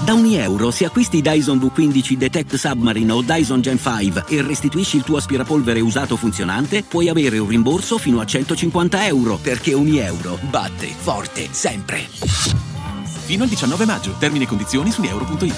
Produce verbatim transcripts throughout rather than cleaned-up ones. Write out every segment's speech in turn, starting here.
Da ogni euro, se acquisti Dyson V quindici Detect Submarine o Dyson Gen cinque e restituisci il tuo aspirapolvere usato funzionante, puoi avere un rimborso fino a centocinquanta euro, perché ogni euro batte forte sempre. Fino al diciannove maggio. Termini e condizioni su euro punto it.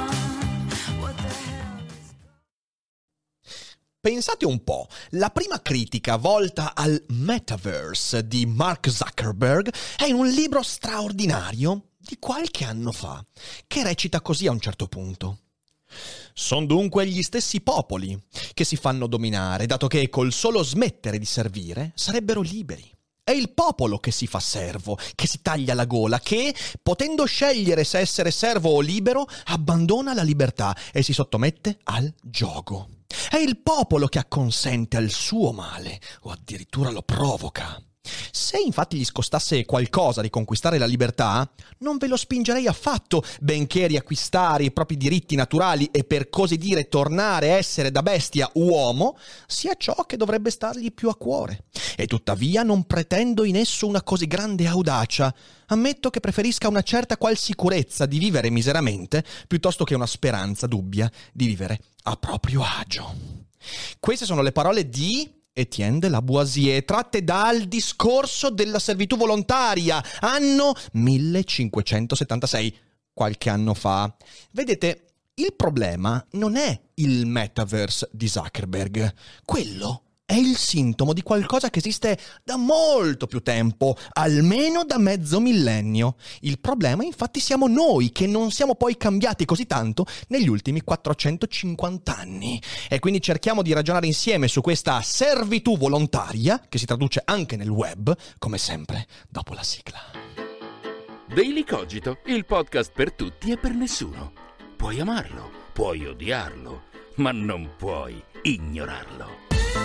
Pensate un po', la prima critica volta al metaverse di Mark Zuckerberg è in un libro straordinario di qualche anno fa, che recita così a un certo punto. Sono dunque gli stessi popoli che si fanno dominare, dato che col solo smettere di servire sarebbero liberi. È il popolo che si fa servo, che si taglia la gola, che, potendo scegliere se essere servo o libero, abbandona la libertà e si sottomette al giogo. È il popolo che acconsente al suo male o addirittura lo provoca. Se infatti gli scostasse qualcosa di conquistare la libertà, non ve lo spingerei affatto, benché riacquistare i propri diritti naturali e per così dire tornare a essere da bestia uomo sia ciò che dovrebbe stargli più a cuore. E tuttavia non pretendo in esso una così grande audacia. Ammetto che preferisca una certa qual sicurezza di vivere miseramente piuttosto che una speranza dubbia di vivere a proprio agio. Queste sono le parole di Etienne de Lavoisier, tratte dal Discorso della servitù volontaria, anno millecinquecentosettantasei, qualche anno fa. Vedete, il problema non è il metaverse di Zuckerberg, quello è il sintomo di qualcosa che esiste da molto più tempo, almeno da mezzo millennio. Il problema infatti siamo noi, che non siamo poi cambiati così tanto negli ultimi quattrocentocinquanta anni. E quindi cerchiamo di ragionare insieme su questa servitù volontaria, che si traduce anche nel web, come sempre, dopo la sigla. Daily Cogito, il podcast per tutti e per nessuno. Puoi amarlo, puoi odiarlo, ma non puoi ignorarlo.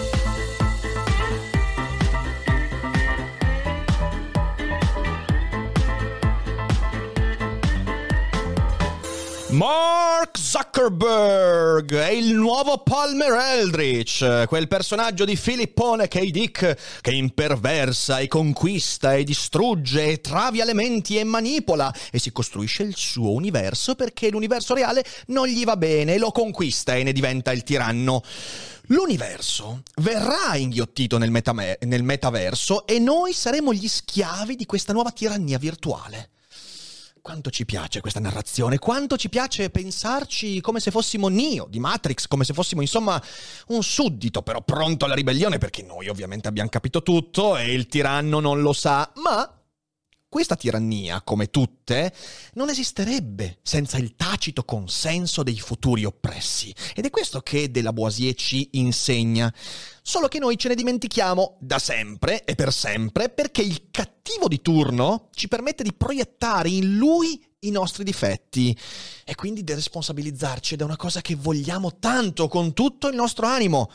Mark Zuckerberg è il nuovo Palmer Eldritch, quel personaggio di Filippone K. Dick che imperversa e conquista e distrugge e travia elementi e manipola e si costruisce il suo universo perché l'universo reale non gli va bene e lo conquista e ne diventa il tiranno. L'universo verrà inghiottito nel, metame- nel metaverso e noi saremo gli schiavi di questa nuova tirannia virtuale. Quanto ci piace questa narrazione, quanto ci piace pensarci come se fossimo Neo di Matrix, come se fossimo insomma un suddito però pronto alla ribellione, perché noi ovviamente abbiamo capito tutto e il tiranno non lo sa, ma questa tirannia, come tutte, non esisterebbe senza il tacito consenso dei futuri oppressi. Ed è questo che de Lavoisier ci insegna. Solo che noi ce ne dimentichiamo da sempre e per sempre, perché il cattivo di turno ci permette di proiettare in lui i nostri difetti e quindi di responsabilizzarci ed è una cosa che vogliamo tanto con tutto il nostro animo.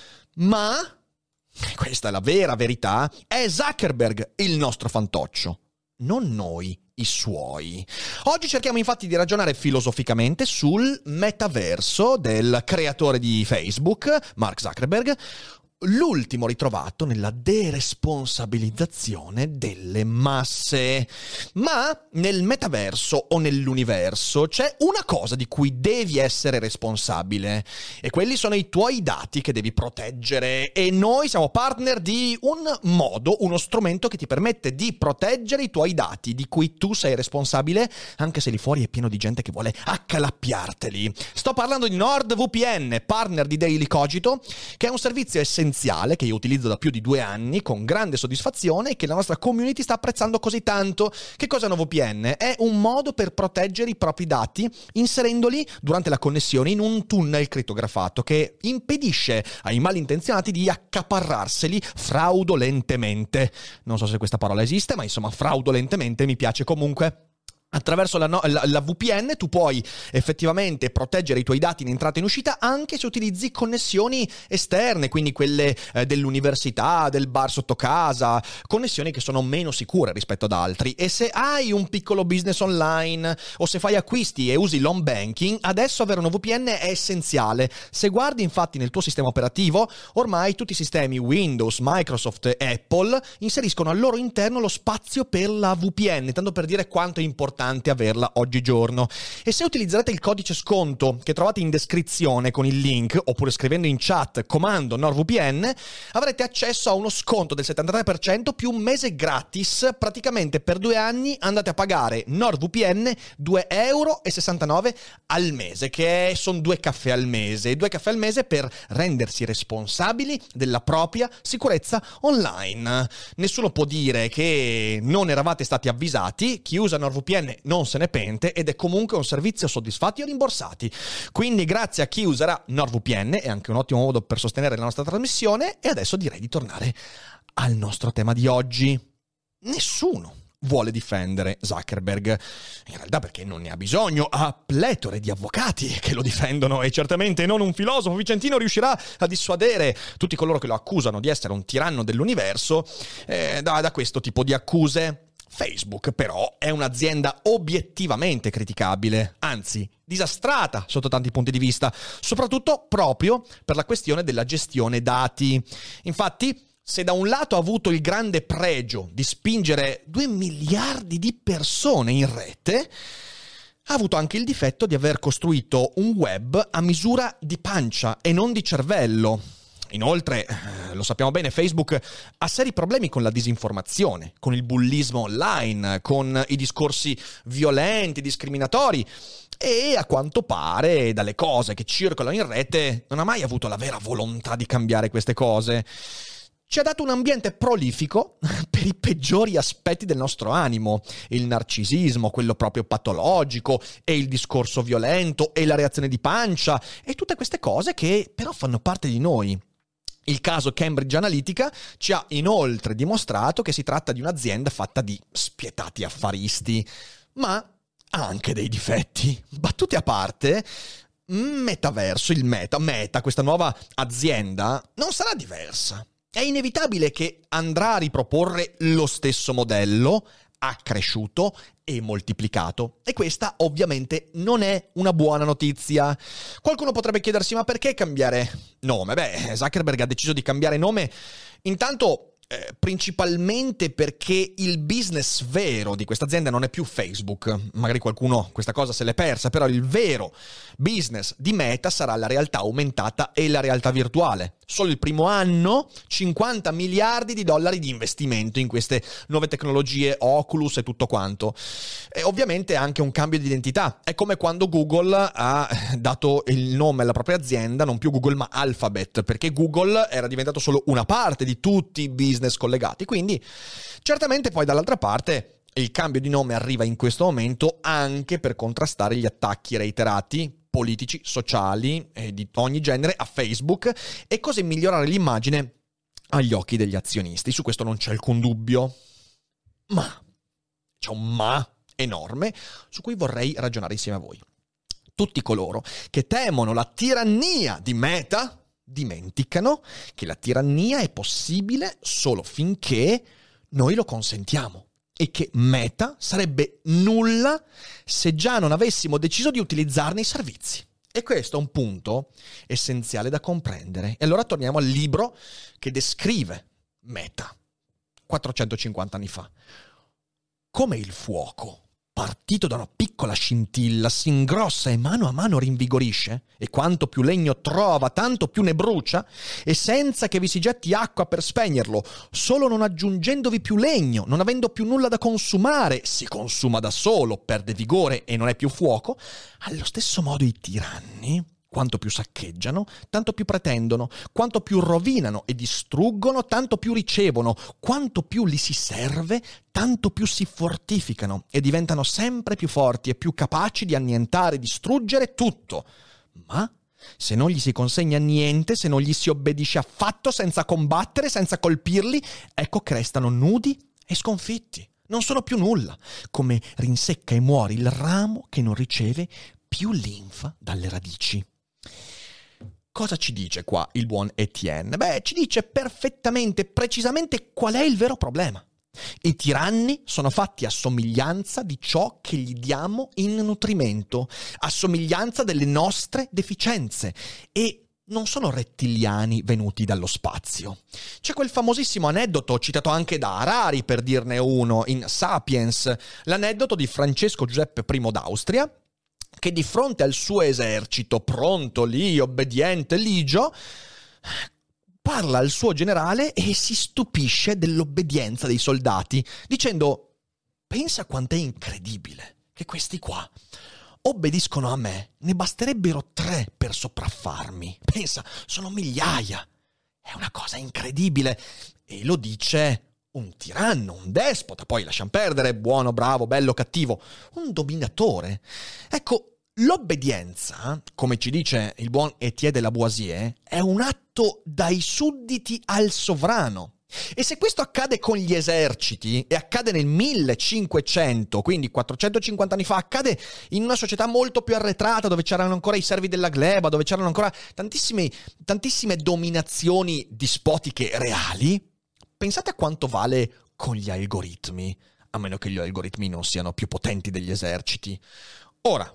Ma, questa è la vera verità, è Zuckerberg il nostro fantoccio, non noi i suoi. Oggi cerchiamo infatti di ragionare filosoficamente sul metaverso del creatore di Facebook, Mark Zuckerberg, l'ultimo ritrovato nella deresponsabilizzazione delle masse. Ma nel metaverso o nell'universo c'è una cosa di cui devi essere responsabile e quelli sono i tuoi dati che devi proteggere e noi siamo partner di un modo, uno strumento che ti permette di proteggere i tuoi dati di cui tu sei responsabile, anche se lì fuori è pieno di gente che vuole accalappiarteli. Sto parlando di NordVPN, partner di Daily Cogito, che è un servizio essenziale che io utilizzo da più di due anni con grande soddisfazione e che la nostra community sta apprezzando così tanto. Che cosa è NordVPN? È un modo per proteggere i propri dati inserendoli durante la connessione in un tunnel crittografato che impedisce ai malintenzionati di accaparrarseli fraudolentemente. Non so se questa parola esiste, ma insomma fraudolentemente mi piace comunque. Attraverso la, no- la, la V P N tu puoi effettivamente proteggere i tuoi dati in entrata e in uscita anche se utilizzi connessioni esterne, quindi quelle eh, dell'università, del bar sotto casa, connessioni che sono meno sicure rispetto ad altri. E se hai un piccolo business online o se fai acquisti e usi l'home banking, adesso avere una V P N è essenziale. Se guardi infatti nel tuo sistema operativo, ormai tutti i sistemi Windows, Microsoft e Apple inseriscono al loro interno lo spazio per la V P N, tanto per dire quanto è importante importante averla oggigiorno. E se utilizzerete il codice sconto che trovate in descrizione con il link, oppure scrivendo in chat comando NordVPN, avrete accesso a uno sconto del settantatré per cento più un mese gratis. Praticamente per due anni andate a pagare NordVPN due euro e sessantanove al mese, che sono due caffè al mese. Due caffè al mese per rendersi responsabili della propria sicurezza online. Nessuno può dire che non eravate stati avvisati. Chi usa NordVPN non se ne pente ed è comunque un servizio soddisfatti o rimborsati. Quindi grazie a chi userà NordVPN, è anche un ottimo modo per sostenere la nostra trasmissione. E adesso direi di tornare al nostro tema di oggi. Nessuno vuole difendere Zuckerberg, in realtà perché non ne ha bisogno, ha pletore di avvocati che lo difendono e certamente non un filosofo vicentino riuscirà a dissuadere tutti coloro che lo accusano di essere un tiranno dell'universo eh, da, da questo tipo di accuse. Facebook però è un'azienda obiettivamente criticabile, anzi disastrata sotto tanti punti di vista, soprattutto proprio per la questione della gestione dati. Infatti, se da un lato ha avuto il grande pregio di spingere due miliardi di persone in rete, ha avuto anche il difetto di aver costruito un web a misura di pancia e non di cervello. Inoltre, lo sappiamo bene, Facebook ha seri problemi con la disinformazione, con il bullismo online, con i discorsi violenti, discriminatori e a quanto pare, dalle cose che circolano in rete, non ha mai avuto la vera volontà di cambiare queste cose. Ci ha dato un ambiente prolifico per i peggiori aspetti del nostro animo, il narcisismo, quello proprio patologico, e il discorso violento, e la reazione di pancia, e tutte queste cose che però fanno parte di noi. Il caso Cambridge Analytica ci ha inoltre dimostrato che si tratta di un'azienda fatta di spietati affaristi, ma ha anche dei difetti. Battute a parte, Metaverso, il Meta, Meta, questa nuova azienda, non sarà diversa. È inevitabile che andrà a riproporre lo stesso modello, accresciuto e moltiplicato. E questa ovviamente non è una buona notizia. Qualcuno potrebbe chiedersi: ma perché cambiare nome? Beh, Zuckerberg ha deciso di cambiare nome intanto Eh, principalmente perché il business vero di questa azienda non è più Facebook. Magari qualcuno questa cosa se l'è persa, però il vero business di Meta sarà la realtà aumentata e la realtà virtuale. Solo il primo anno, cinquanta miliardi di dollari di investimento in queste nuove tecnologie, Oculus e tutto quanto. E ovviamente anche un cambio di identità. È come quando Google ha dato il nome alla propria azienda, non più Google ma Alphabet, perché Google era diventato solo una parte di tutti i business collegati. Quindi certamente poi dall'altra parte il cambio di nome arriva in questo momento anche per contrastare gli attacchi reiterati politici, sociali e di ogni genere a Facebook, e così migliorare l'immagine agli occhi degli azionisti. Su questo non c'è alcun dubbio. Ma c'è un ma enorme su cui vorrei ragionare insieme a voi. Tutti coloro che temono la tirannia di Meta dimenticano che la tirannia è possibile solo finché noi lo consentiamo, e che Meta sarebbe nulla se già non avessimo deciso di utilizzarne i servizi. E questo è un punto essenziale da comprendere. E allora torniamo al libro che descrive Meta quattrocentocinquanta anni fa. Come il fuoco, partito da una piccola scintilla, si ingrossa e mano a mano rinvigorisce, e quanto più legno trova, tanto più ne brucia, e senza che vi si getti acqua per spegnerlo, solo non aggiungendovi più legno, non avendo più nulla da consumare, si consuma da solo, perde vigore e non è più fuoco. Allo stesso modo i tiranni, quanto più saccheggiano, tanto più pretendono, quanto più rovinano e distruggono, tanto più ricevono, quanto più li si serve, tanto più si fortificano e diventano sempre più forti e più capaci di annientare e distruggere tutto. Ma se non gli si consegna niente, se non gli si obbedisce affatto, senza combattere, senza colpirli, ecco che restano nudi e sconfitti. Non sono più nulla, come rinsecca e muore il ramo che non riceve più linfa dalle radici. Cosa ci dice qua il buon Etienne? Beh, ci dice perfettamente, precisamente qual è il vero problema. I tiranni sono fatti a somiglianza di ciò che gli diamo in nutrimento, a somiglianza delle nostre deficienze, e non sono rettiliani venuti dallo spazio. C'è quel famosissimo aneddoto citato anche da Harari, per dirne uno, in Sapiens, l'aneddoto di Francesco Giuseppe I d'Austria, che di fronte al suo esercito, pronto lì, obbediente, ligio, parla al suo generale e si stupisce dell'obbedienza dei soldati, dicendo: pensa quant'è incredibile che questi qua obbediscono a me, ne basterebbero tre per sopraffarmi. Pensa, sono migliaia. È una cosa incredibile. E lo dice un tiranno, un despota, poi lasciamo perdere, buono, bravo, bello, cattivo, un dominatore. Ecco, l'obbedienza, come ci dice il buon Étienne de Lavoisier, è un atto dai sudditi al sovrano. E se questo accade con gli eserciti, e accade nel millecinquecento, quindi quattrocentocinquanta anni fa, accade in una società molto più arretrata, dove c'erano ancora i servi della gleba, dove c'erano ancora tantissime, tantissime dominazioni dispotiche reali, pensate a quanto vale con gli algoritmi, a meno che gli algoritmi non siano più potenti degli eserciti. Ora,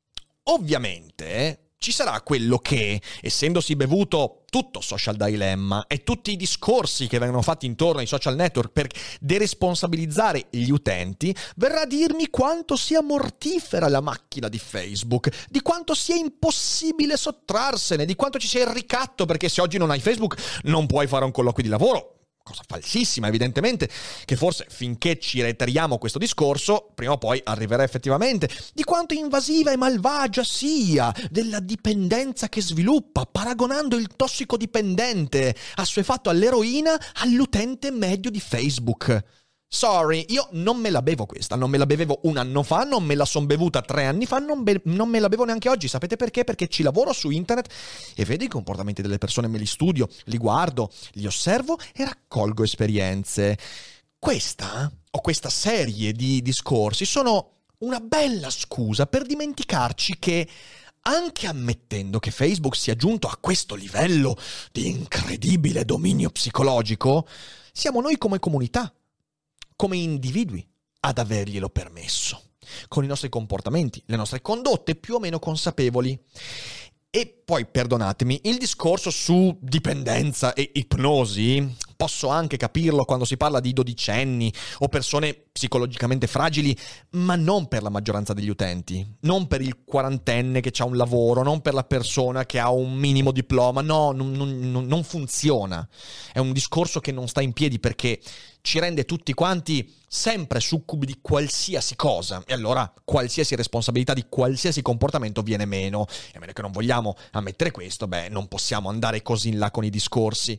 ovviamente ci sarà quello che, essendosi bevuto tutto Social Dilemma e tutti i discorsi che vengono fatti intorno ai social network per deresponsabilizzare gli utenti, verrà a dirmi quanto sia mortifera la macchina di Facebook, di quanto sia impossibile sottrarsene, di quanto ci sia il ricatto, perché se oggi non hai Facebook non puoi fare un colloquio di lavoro. Cosa falsissima, evidentemente, che forse finché ci reiteriamo questo discorso, prima o poi arriverà effettivamente, di quanto invasiva e malvagia sia della dipendenza che sviluppa, paragonando il tossicodipendente assuefatto all'eroina all'utente medio di Facebook. Sorry, io non me la bevo questa, non me la bevevo un anno fa, non me la son bevuta tre anni fa, non, be- non me la bevo neanche oggi. Sapete perché? Perché ci lavoro su internet e vedo i comportamenti delle persone, me li studio, li guardo, li osservo e raccolgo esperienze. Questa, o questa serie di discorsi, sono una bella scusa per dimenticarci che, anche ammettendo che Facebook sia giunto a questo livello di incredibile dominio psicologico, siamo noi come comunità, come individui, ad averglielo permesso, con i nostri comportamenti, le nostre condotte più o meno consapevoli. E poi, perdonatemi, il discorso su dipendenza e ipnosi, posso anche capirlo quando si parla di dodicenni o persone psicologicamente fragili, ma non per la maggioranza degli utenti, non per il quarantenne che ha un lavoro, non per la persona che ha un minimo diploma. No, non, non, non funziona. È un discorso che non sta in piedi, perché ci rende tutti quanti sempre succubi di qualsiasi cosa, e allora qualsiasi responsabilità di qualsiasi comportamento viene meno. E a meno che non vogliamo ammettere questo, beh, non possiamo andare così in là con i discorsi.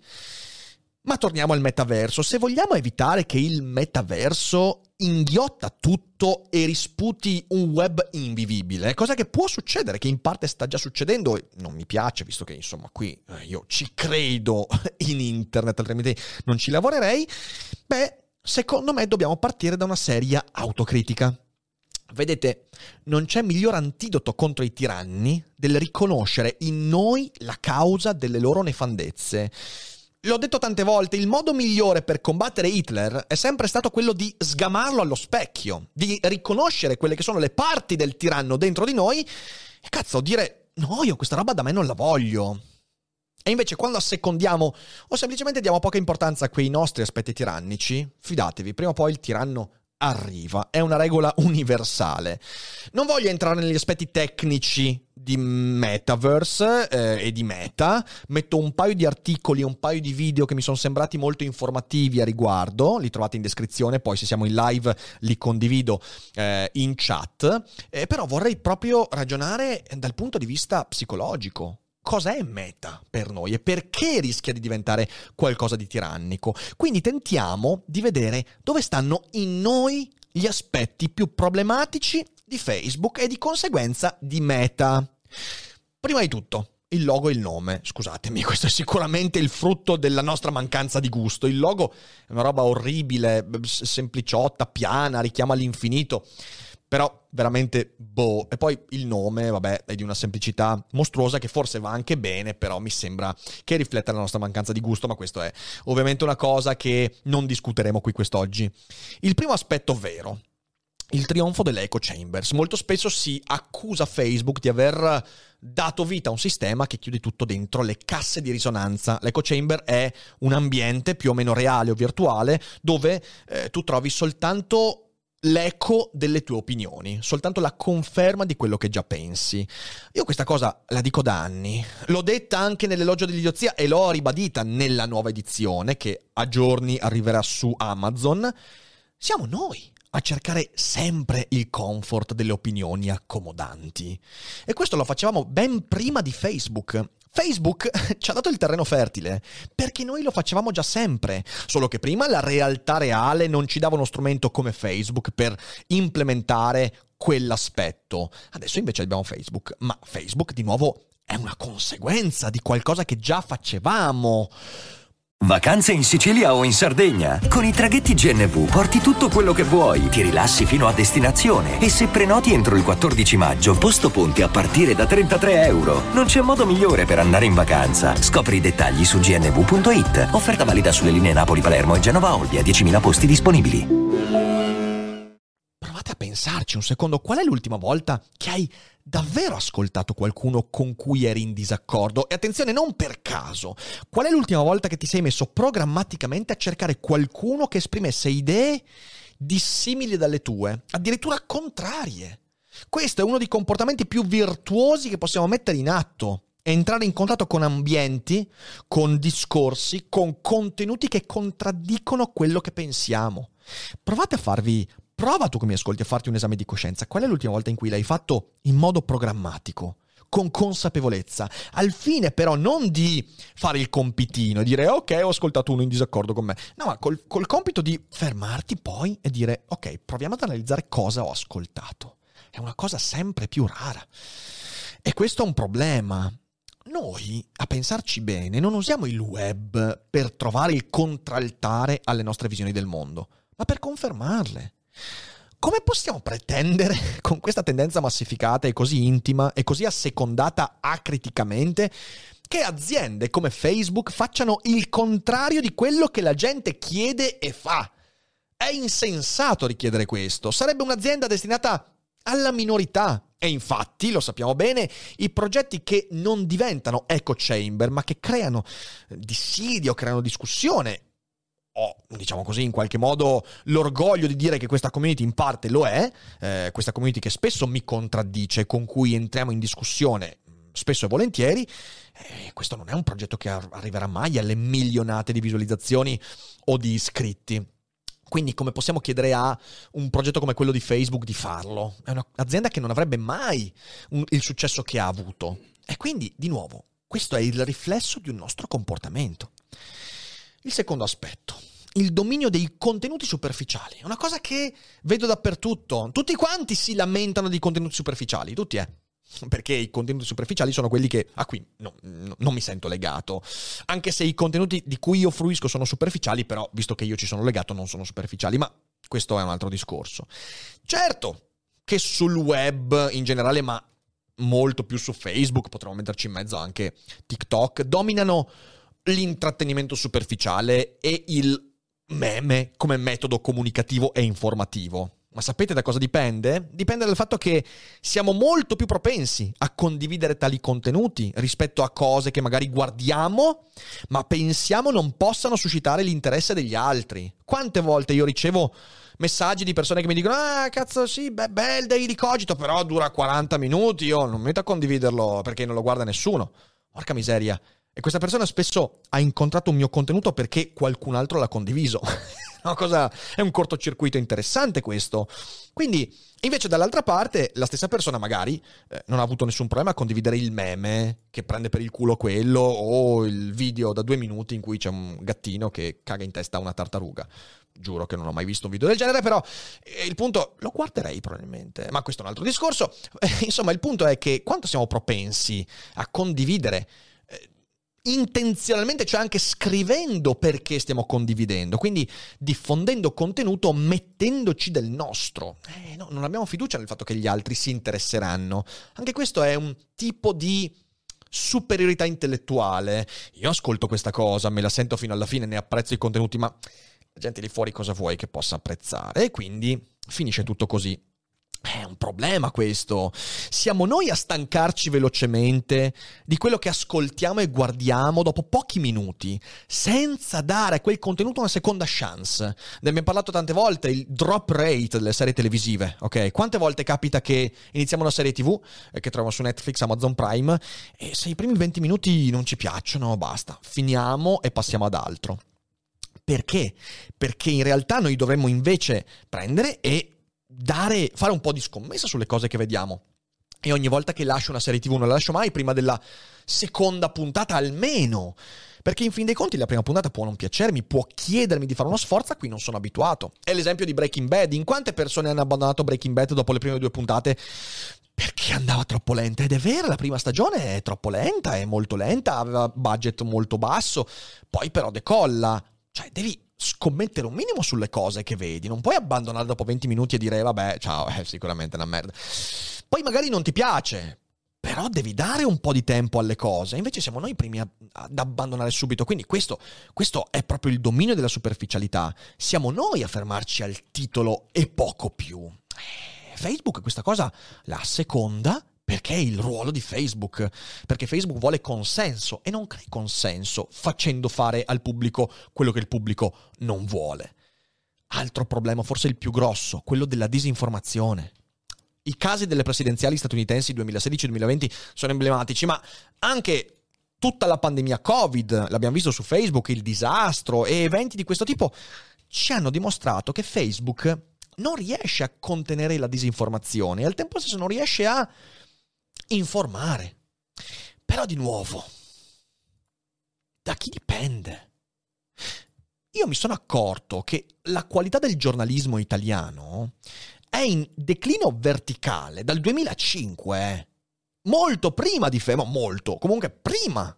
Ma torniamo al metaverso. Se vogliamo evitare che il metaverso inghiotta tutto e risputi un web invivibile, cosa che può succedere, che in parte sta già succedendo, e non mi piace, visto che insomma qui eh, io ci credo in internet, altrimenti non ci lavorerei, beh, secondo me dobbiamo partire da una seria autocritica. Vedete, non c'è miglior antidoto contro i tiranni del riconoscere in noi la causa delle loro nefandezze. L'ho detto tante volte, il modo migliore per combattere Hitler è sempre stato quello di sgamarlo allo specchio, di riconoscere quelle che sono le parti del tiranno dentro di noi e cazzo, dire no, io questa roba da me non la voglio. E invece quando assecondiamo o semplicemente diamo poca importanza a quei nostri aspetti tirannici, fidatevi, prima o poi il tiranno arriva. È una regola universale. Non voglio entrare negli aspetti tecnici di Metaverse eh, e di Meta. Metto un paio di articoli, un paio di video che mi sono sembrati molto informativi a riguardo. Li trovate in descrizione, poi se siamo in live li condivido eh, in chat. Eh, però vorrei proprio ragionare dal punto di vista psicologico. Cos'è Meta per noi e perché rischia di diventare qualcosa di tirannico? Quindi tentiamo di vedere dove stanno in noi gli aspetti più problematici di Facebook e di conseguenza di Meta. Prima di tutto, il logo e il nome. Scusatemi, questo è sicuramente il frutto della nostra mancanza di gusto. Il logo è una roba orribile, sempliciotta, piana, richiama all'infinito. Però veramente boh. E poi il nome, vabbè, è di una semplicità mostruosa che forse va anche bene, però mi sembra che rifletta la nostra mancanza di gusto, ma questo è ovviamente una cosa che non discuteremo qui quest'oggi. Il primo aspetto vero, il trionfo delle echo chambers. Molto spesso si accusa Facebook di aver dato vita a un sistema che chiude tutto dentro le casse di risonanza. L'echo chamber è un ambiente più o meno reale o virtuale dove eh, tu trovi soltanto l'eco delle tue opinioni, soltanto la conferma di quello che già pensi. Io questa cosa la dico da anni, l'ho detta anche nell'elogio dell'idiozia e l'ho ribadita nella nuova edizione che a giorni arriverà su Amazon. Siamo noi a cercare sempre il comfort delle opinioni accomodanti. E questo lo facevamo ben prima di Facebook. Facebook ci ha dato il terreno fertile, perché noi lo facevamo già sempre, solo che prima la realtà reale non ci dava uno strumento come Facebook per implementare quell'aspetto. Adesso invece abbiamo Facebook, ma Facebook di nuovo è una conseguenza di qualcosa che già facevamo. Vacanze in Sicilia o in Sardegna? Con i traghetti G N V porti tutto quello che vuoi, ti rilassi fino a destinazione e se prenoti entro il quattordici maggio, posto ponti a partire da trentatré euro. Non c'è modo migliore per andare in vacanza. Scopri i dettagli su g n v punto i t. Offerta valida sulle linee Napoli-Palermo e Genova-Olbia, diecimila posti disponibili. Provate a pensarci un secondo, qual è l'ultima volta che hai davvero ascoltato qualcuno con cui eri in disaccordo? E attenzione, non per caso. Qual è l'ultima volta che ti sei messo programmaticamente a cercare qualcuno che esprimesse idee dissimili dalle tue, addirittura contrarie? Questo è uno dei comportamenti più virtuosi che possiamo mettere in atto. Entrare in contatto con ambienti, con discorsi, con contenuti che contraddicono quello che pensiamo. Provate a farvi... Prova tu che mi ascolti a farti un esame di coscienza. Qual è l'ultima volta in cui l'hai fatto in modo programmatico, con consapevolezza, al fine però non di fare il compitino e dire ok, ho ascoltato uno in disaccordo con me, no, ma col, col compito di fermarti poi e dire ok, proviamo ad analizzare cosa ho ascoltato. È una cosa sempre più rara e questo è un problema. Noi, a pensarci bene, non usiamo il web per trovare il contraltare alle nostre visioni del mondo, ma per confermarle. Come possiamo pretendere, con questa tendenza massificata e così intima e così assecondata acriticamente, che aziende come Facebook facciano il contrario di quello che la gente chiede e fa? È insensato richiedere questo. Sarebbe un'azienda destinata alla minorità. E infatti, lo sappiamo bene, i progetti che non diventano echo chamber, ma che creano dissidio, creano discussione, ho, diciamo così, in qualche modo l'orgoglio di dire che questa community in parte lo è, eh, questa community che spesso mi contraddice, con cui entriamo in discussione spesso e volentieri, eh, questo non è un progetto che ar- arriverà mai alle milionate di visualizzazioni o di iscritti. Quindi come possiamo chiedere a un progetto come quello di Facebook di farlo? È un'azienda che non avrebbe mai un, il successo che ha avuto. E quindi, di nuovo, questo è il riflesso di un nostro comportamento. Il secondo aspetto, il dominio dei contenuti superficiali. È una cosa che vedo dappertutto. Tutti quanti si lamentano di contenuti superficiali, tutti eh. Perché i contenuti superficiali sono quelli che a cui no, no, non mi sento legato. Anche se i contenuti di cui io fruisco sono superficiali, però visto che io ci sono legato non sono superficiali. Ma questo è un altro discorso. Certo che sul web in generale, ma molto più su Facebook, potremmo metterci in mezzo anche TikTok, dominano l'intrattenimento superficiale e il meme come metodo comunicativo e informativo. Ma sapete da cosa dipende? Dipende dal fatto che siamo molto più propensi a condividere tali contenuti rispetto a cose che magari guardiamo, ma pensiamo non possano suscitare l'interesse degli altri. Quante volte io ricevo messaggi di persone che mi dicono ah, cazzo sì, beh, bel Daily Cogito, però dura quaranta minuti, io non mi metto a condividerlo perché non lo guarda nessuno. Porca miseria. E questa persona spesso ha incontrato un mio contenuto perché qualcun altro l'ha condiviso. No, cosa... È un cortocircuito interessante questo. Quindi, invece dall'altra parte, la stessa persona magari eh, non ha avuto nessun problema a condividere il meme che prende per il culo quello o il video da due minuti in cui c'è un gattino che caga in testa a una tartaruga. Giuro che non ho mai visto un video del genere, però eh, il punto, lo guarderei probabilmente, ma questo è un altro discorso. Eh, insomma, il punto è che quanto siamo propensi a condividere intenzionalmente, cioè anche scrivendo perché stiamo condividendo, quindi diffondendo contenuto mettendoci del nostro. Eh, no, non abbiamo fiducia nel fatto che gli altri si interesseranno. Anche questo è un tipo di superiorità intellettuale. Io ascolto questa cosa, me la sento fino alla fine, ne apprezzo i contenuti, ma la gente lì fuori cosa vuoi che possa apprezzare? E quindi finisce tutto così. È un problema questo. Siamo noi a stancarci velocemente di quello che ascoltiamo e guardiamo dopo pochi minuti, senza dare a quel contenuto una seconda chance. Ne abbiamo parlato tante volte, il drop rate delle serie televisive, ok? Quante volte capita che iniziamo una serie tivù eh, che troviamo su Netflix, Amazon Prime, e se i primi venti minuti non ci piacciono, basta, finiamo e passiamo ad altro. Perché? Perché in realtà noi dovremmo invece prendere e dare, fare un po' di scommessa sulle cose che vediamo. E ogni volta che lascio una serie tivù non la lascio mai prima della seconda puntata almeno, perché in fin dei conti la prima puntata può non piacermi, può chiedermi di fare uno sforzo a cui non sono abituato. È l'esempio di Breaking Bad. In quante persone hanno abbandonato Breaking Bad dopo le prime due puntate perché andava troppo lenta? Ed è vero, la prima stagione è troppo lenta, è molto lenta, aveva budget molto basso, poi però decolla. Cioè devi scommettere un minimo sulle cose che vedi, non puoi abbandonare dopo venti minuti e dire vabbè, ciao, è sicuramente una merda. Poi magari non ti piace, però devi dare un po' di tempo alle cose. Invece siamo noi i primi a, ad abbandonare subito. Quindi questo, questo è proprio il dominio della superficialità. Siamo noi a fermarci al titolo e poco più. Facebook questa cosa la seconda, perché è il ruolo di Facebook, perché Facebook vuole consenso e non crea consenso facendo fare al pubblico quello che il pubblico non vuole. Altro problema, forse il più grosso, quello della disinformazione. I casi delle presidenziali statunitensi duemilasedici duemilaventi sono emblematici, ma anche tutta la pandemia Covid, l'abbiamo visto su Facebook, il disastro e eventi di questo tipo ci hanno dimostrato che Facebook non riesce a contenere la disinformazione e al tempo stesso non riesce a informare. Però di nuovo, da chi dipende? Io mi sono accorto che la qualità del giornalismo italiano è in declino verticale dal duemilacinque, molto prima di Facebook, molto, comunque prima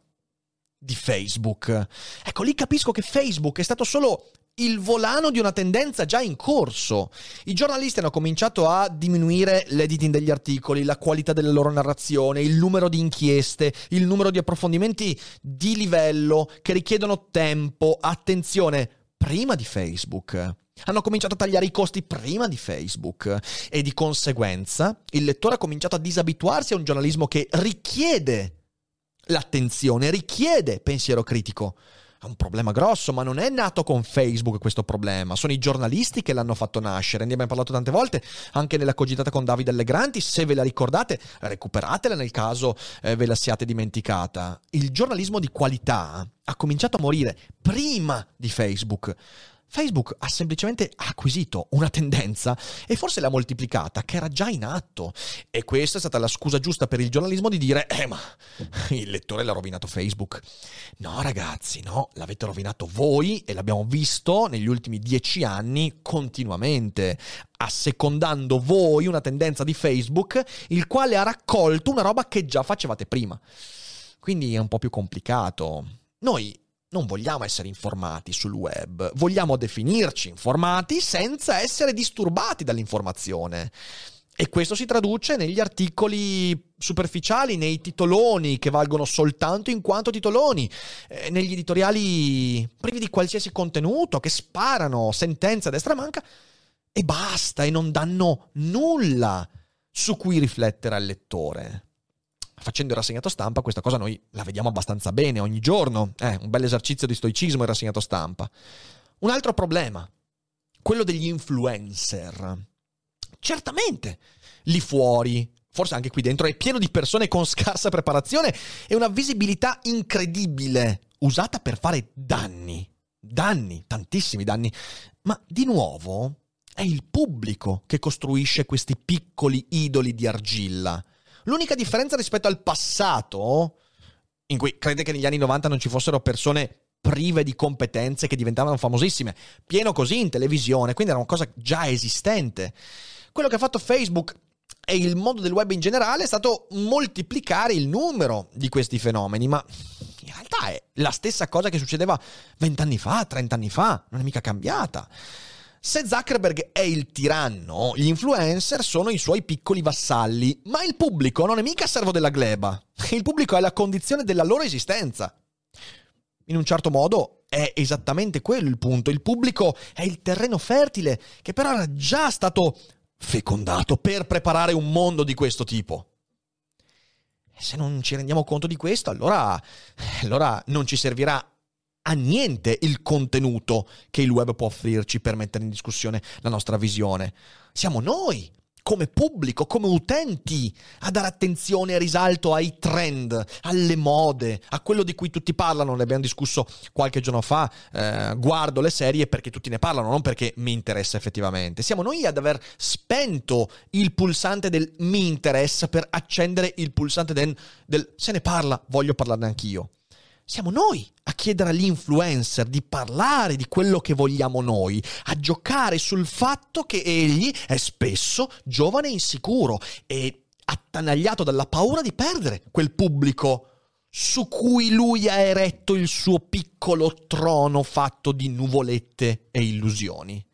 di Facebook. Ecco, lì capisco che Facebook è stato solo il volano di una tendenza già in corso. I giornalisti hanno cominciato a diminuire l'editing degli articoli, la qualità della loro narrazione, il numero di inchieste, il numero di approfondimenti di livello che richiedono tempo, attenzione, prima di Facebook. Hanno cominciato a tagliare i costi prima di Facebook e di conseguenza il lettore ha cominciato a disabituarsi a un giornalismo che richiede l'attenzione, richiede pensiero critico. È un problema grosso, ma non è nato con Facebook questo problema, sono i giornalisti che l'hanno fatto nascere. Ne abbiamo parlato tante volte, anche nella cogitata con Davide Allegranti, se ve la ricordate, recuperatela nel caso eh, ve la siate dimenticata. Il giornalismo di qualità ha cominciato a morire prima di Facebook. Facebook ha semplicemente acquisito una tendenza e forse l'ha moltiplicata, che era già in atto. E questa è stata la scusa giusta per il giornalismo di dire «Eh, ma il lettore l'ha rovinato Facebook». No, ragazzi, no, l'avete rovinato voi e l'abbiamo visto negli ultimi dieci anni continuamente, assecondando voi una tendenza di Facebook, il quale ha raccolto una roba che già facevate prima. Quindi è un po' più complicato. Noi non vogliamo essere informati sul web, vogliamo definirci informati senza essere disturbati dall'informazione. E questo si traduce negli articoli superficiali, nei titoloni che valgono soltanto in quanto titoloni, eh, negli editoriali privi di qualsiasi contenuto, che sparano sentenze a destra e manca e basta, e non danno nulla su cui riflettere al lettore. Facendo il rassegnato stampa questa cosa noi la vediamo abbastanza bene ogni giorno, eh, un bel esercizio di stoicismo il rassegnato stampa. Un altro problema, quello degli influencer. Certamente lì fuori, forse anche qui dentro, è pieno di persone con scarsa preparazione e una visibilità incredibile, usata per fare danni, danni, tantissimi danni. Ma di nuovo è il pubblico che costruisce questi piccoli idoli di argilla. L'unica differenza rispetto al passato, in cui crede che negli anni novanta non ci fossero persone prive di competenze che diventavano famosissime, pieno così in televisione, quindi era una cosa già esistente. Quello che ha fatto Facebook e il mondo del web in generale è stato moltiplicare il numero di questi fenomeni, ma in realtà è la stessa cosa che succedeva vent'anni fa, trent'anni fa, non è mica cambiata. Se Zuckerberg è il tiranno, gli influencer sono i suoi piccoli vassalli, ma il pubblico non è mica servo della gleba. Il pubblico è la condizione della loro esistenza. In un certo modo è esattamente quello il punto. Il pubblico è il terreno fertile che però era già stato fecondato per preparare un mondo di questo tipo. E se non ci rendiamo conto di questo, allora, allora non ci servirà a niente il contenuto che il web può offrirci per mettere in discussione la nostra visione. Siamo noi, come pubblico, come utenti, a dare attenzione e risalto ai trend, alle mode, a quello di cui tutti parlano. Ne abbiamo discusso qualche giorno fa. Eh, guardo le serie perché tutti ne parlano, non perché mi interessa effettivamente. Siamo noi ad aver spento il pulsante del mi interessa per accendere il pulsante del, del se ne parla, voglio parlarne anch'io. Siamo noi a chiedere agli influencer di parlare di quello che vogliamo noi, a giocare sul fatto che egli è spesso giovane e insicuro e attanagliato dalla paura di perdere quel pubblico su cui lui ha eretto il suo piccolo trono fatto di nuvolette e illusioni.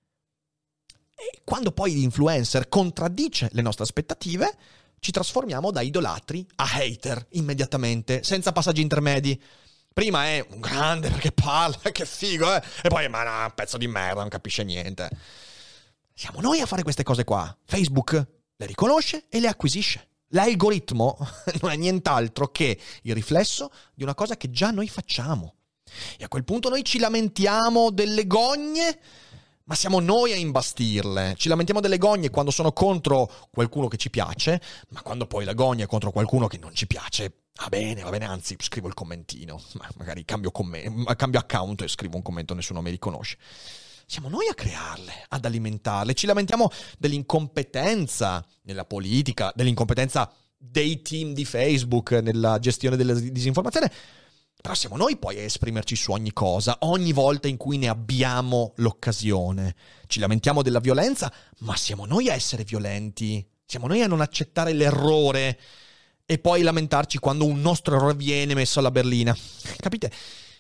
E quando poi l'influencer contraddice le nostre aspettative, ci trasformiamo da idolatri a hater immediatamente, senza passaggi intermedi. Prima è un grande perché parla, che figo, eh? E poi, ma no, un pezzo di merda, non capisce niente. Siamo noi a fare queste cose qua. Facebook le riconosce e le acquisisce. L'algoritmo non è nient'altro che il riflesso di una cosa che già noi facciamo. E a quel punto noi ci lamentiamo delle gogne, ma siamo noi a imbastirle. Ci lamentiamo delle gogne quando sono contro qualcuno che ci piace, ma quando poi la gogna è contro qualcuno che non ci piace, va bene, va bene, anzi scrivo il commentino, ma magari cambio, comm- cambio account e scrivo un commento, nessuno mi riconosce. Siamo noi a crearle, ad alimentarle. Ci lamentiamo dell'incompetenza nella politica, dell'incompetenza dei team di Facebook nella gestione della disinformazione. Però siamo noi poi a esprimerci su ogni cosa, ogni volta in cui ne abbiamo l'occasione. Ci lamentiamo della violenza, ma siamo noi a essere violenti. Siamo noi a non accettare l'errore e poi lamentarci quando un nostro errore viene messo alla berlina. Capite?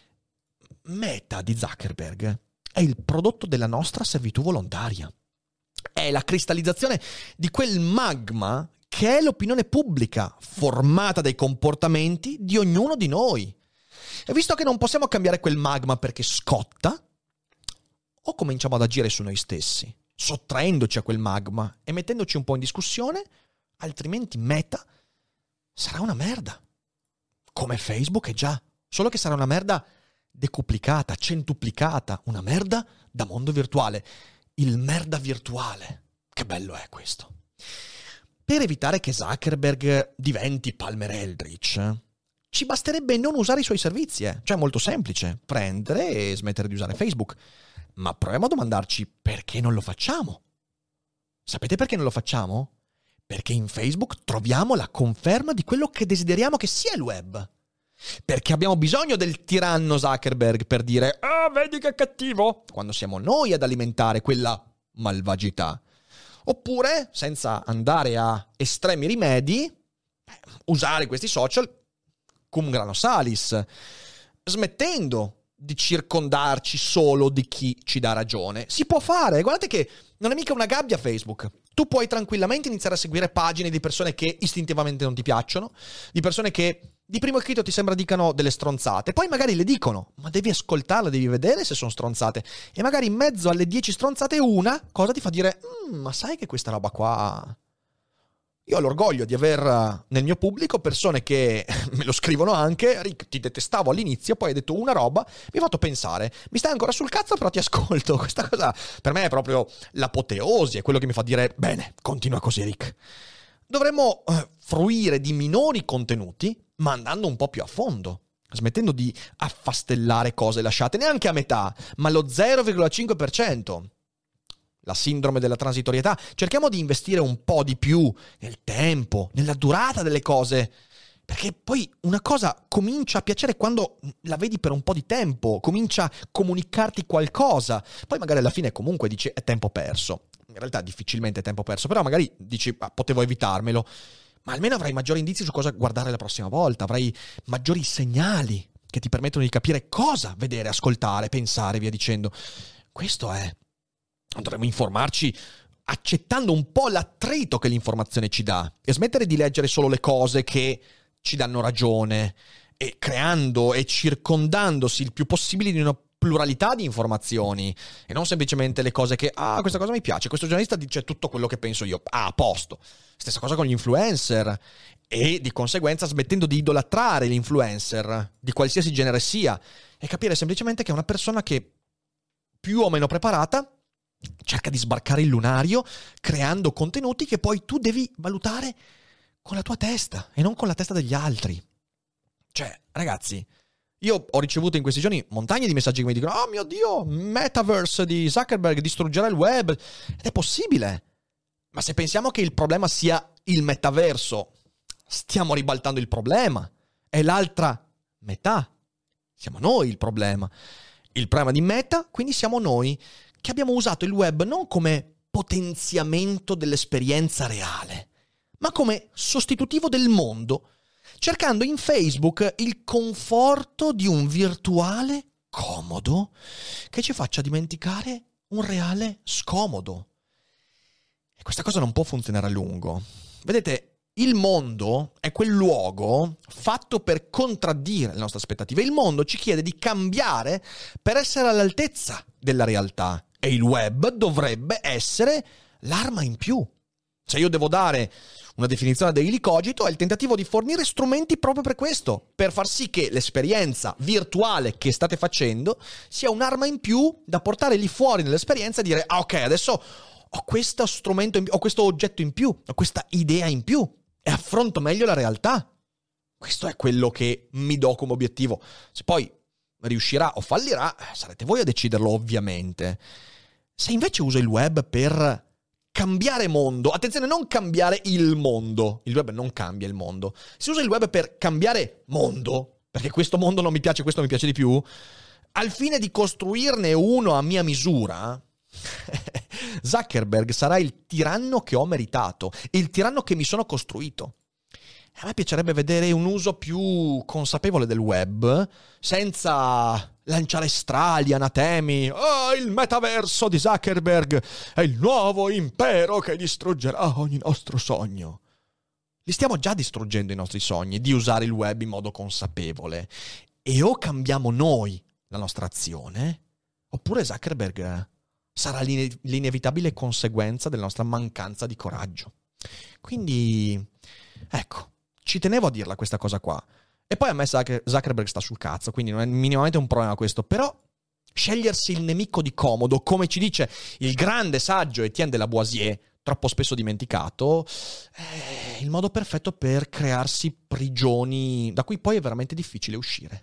Meta di Zuckerberg è il prodotto della nostra servitù volontaria. È la cristallizzazione di quel magma che è l'opinione pubblica, formata dai comportamenti di ognuno di noi. E visto che non possiamo cambiare quel magma perché scotta, o cominciamo ad agire su noi stessi, sottraendoci a quel magma e mettendoci un po' in discussione, altrimenti Meta sarà una merda. Come Facebook è già, solo che sarà una merda decuplicata, centuplicata, una merda da mondo virtuale. Il merda virtuale. Che bello è questo. Per evitare che Zuckerberg diventi Palmer Eldritch, ci basterebbe non usare i suoi servizi, eh. Cioè è molto semplice, prendere e smettere di usare Facebook. Ma proviamo a domandarci perché non lo facciamo. Sapete perché non lo facciamo? Perché in Facebook troviamo la conferma di quello che desideriamo che sia il web. Perché abbiamo bisogno del tiranno Zuckerberg per dire «Ah, oh, vedi che cattivo!» quando siamo noi ad alimentare quella malvagità. Oppure, senza andare a estremi rimedi, usare questi social cum grano salis, smettendo di circondarci solo di chi ci dà ragione. Si può fare, guardate che non è mica una gabbia Facebook. Tu puoi tranquillamente iniziare a seguire pagine di persone che istintivamente non ti piacciono, di persone che di primo acchito ti sembra dicano delle stronzate, poi magari le dicono, ma devi ascoltarle, devi vedere se sono stronzate, e magari in mezzo alle dieci stronzate una cosa ti fa dire mm, ma sai che questa roba qua... Io ho l'orgoglio di aver nel mio pubblico persone che me lo scrivono anche, Rick, ti detestavo all'inizio, poi hai detto una roba, mi ha fatto pensare, mi stai ancora sul cazzo però ti ascolto. Questa cosa per me è proprio l'apoteosi, è quello che mi fa dire, bene, continua così Rick. Dovremmo eh, fruire di minori contenuti, ma andando un po' più a fondo, smettendo di affastellare cose lasciate neanche a metà, ma allo zero virgola cinque per cento. La sindrome della transitorietà. Cerchiamo di investire un po' di più nel tempo, nella durata delle cose, perché poi una cosa comincia a piacere quando la vedi per un po' di tempo, comincia a comunicarti qualcosa, poi magari alla fine comunque dici è tempo perso. In realtà difficilmente è tempo perso, però magari dici ah, potevo evitarmelo, ma almeno avrai maggiori indizi su cosa guardare la prossima volta, avrai maggiori segnali che ti permettono di capire cosa vedere, ascoltare, pensare, via dicendo. Questo è... Dovremmo informarci accettando un po' l'attrito che l'informazione ci dà e smettere di leggere solo le cose che ci danno ragione e creando e circondandosi il più possibile di, una, pluralità di informazioni e non semplicemente le cose che, ah, questa cosa mi piace, questo giornalista dice tutto quello che penso io, ah, a posto. Stessa cosa con gli influencer e di conseguenza smettendo di idolatrare l'influencer di qualsiasi genere sia e capire semplicemente che è una persona che più o meno preparata cerca di sbarcare il lunario creando contenuti che poi tu devi valutare con la tua testa e non con la testa degli altri. Cioè, ragazzi, io ho ricevuto in questi giorni montagne di messaggi che mi dicono: oh mio Dio, Metaverse di Zuckerberg distruggerà il web. Ed è possibile. Ma se pensiamo che il problema sia il metaverso, stiamo ribaltando il problema. È l'altra metà. Siamo noi il problema. Il problema di Meta, quindi siamo noi, che abbiamo usato il web non come potenziamento dell'esperienza reale, ma come sostitutivo del mondo, cercando in Facebook il conforto di un virtuale comodo che ci faccia dimenticare un reale scomodo. E questa cosa non può funzionare a lungo. Vedete, il mondo è quel luogo fatto per contraddire le nostre aspettative. Il mondo ci chiede di cambiare per essere all'altezza della realtà. E il web dovrebbe essere l'arma in più. Se io devo dare una definizione del Daily Cogito, è il tentativo di fornire strumenti proprio per questo, per far sì che l'esperienza virtuale che state facendo sia un'arma in più da portare lì fuori nell'esperienza e dire: ah, ok, adesso ho questo strumento in più, ho questo oggetto in più, ho questa idea in più e affronto meglio la realtà. Questo è quello che mi do come obiettivo. Se poi riuscirà o fallirà, sarete voi a deciderlo, ovviamente. Se invece uso il web per cambiare mondo, attenzione, non cambiare il mondo, il web non cambia il mondo. Se uso il web per cambiare mondo, perché questo mondo non mi piace, questo mi piace di più, al fine di costruirne uno a mia misura, Zuckerberg sarà il tiranno che ho meritato, il tiranno che mi sono costruito. A me piacerebbe vedere un uso più consapevole del web, senza lanciare strali, anatemi. Oh, il metaverso di Zuckerberg è il nuovo impero che distruggerà ogni nostro sogno. Li stiamo già distruggendo i nostri sogni di usare il web in modo consapevole. E o cambiamo noi la nostra azione, oppure Zuckerberg sarà l'ine- l'inevitabile conseguenza della nostra mancanza di coraggio. Quindi, ecco, ci tenevo a dirla questa cosa qua. E poi a me Zuckerberg sta sul cazzo, quindi non è minimamente un problema questo. Però scegliersi il nemico di comodo, come ci dice il grande saggio Etienne de la Boisier, troppo spesso dimenticato, è il modo perfetto per crearsi prigioni da cui poi è veramente difficile uscire.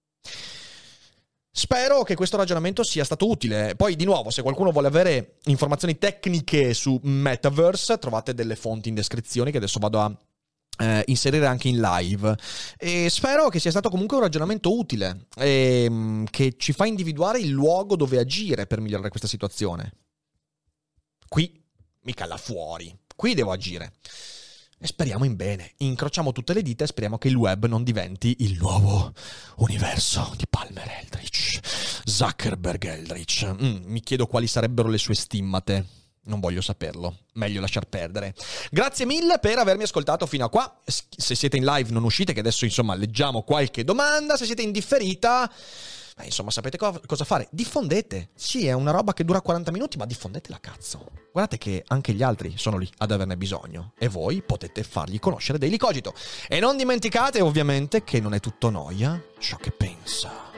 Spero che questo ragionamento sia stato utile. Poi, di nuovo, se qualcuno vuole avere informazioni tecniche su Metaverse, trovate delle fonti in descrizione che adesso vado a Eh, inserire anche in live. E spero che sia stato comunque un ragionamento utile e, che ci fa individuare il luogo dove agire per migliorare questa situazione. Qui, mica là fuori, qui devo agire e speriamo in bene. Incrociamo tutte le dita e speriamo che il web non diventi il nuovo universo di Palmer Eldritch, Zuckerberg Eldritch. mm, mi chiedo quali sarebbero le sue stimmate. Non voglio saperlo, meglio lasciar perdere. Grazie mille per avermi ascoltato fino a qua. Se siete in live non uscite, che adesso insomma leggiamo qualche domanda. Se siete in differita, beh, insomma sapete co- cosa fare. Diffondete. Sì, è una roba che dura quaranta minuti, ma diffondetela, cazzo. Guardate che anche gli altri sono lì ad averne bisogno e voi potete fargli conoscere Daily Cogito. E non dimenticate ovviamente che non è tutto noia ciò che pensa.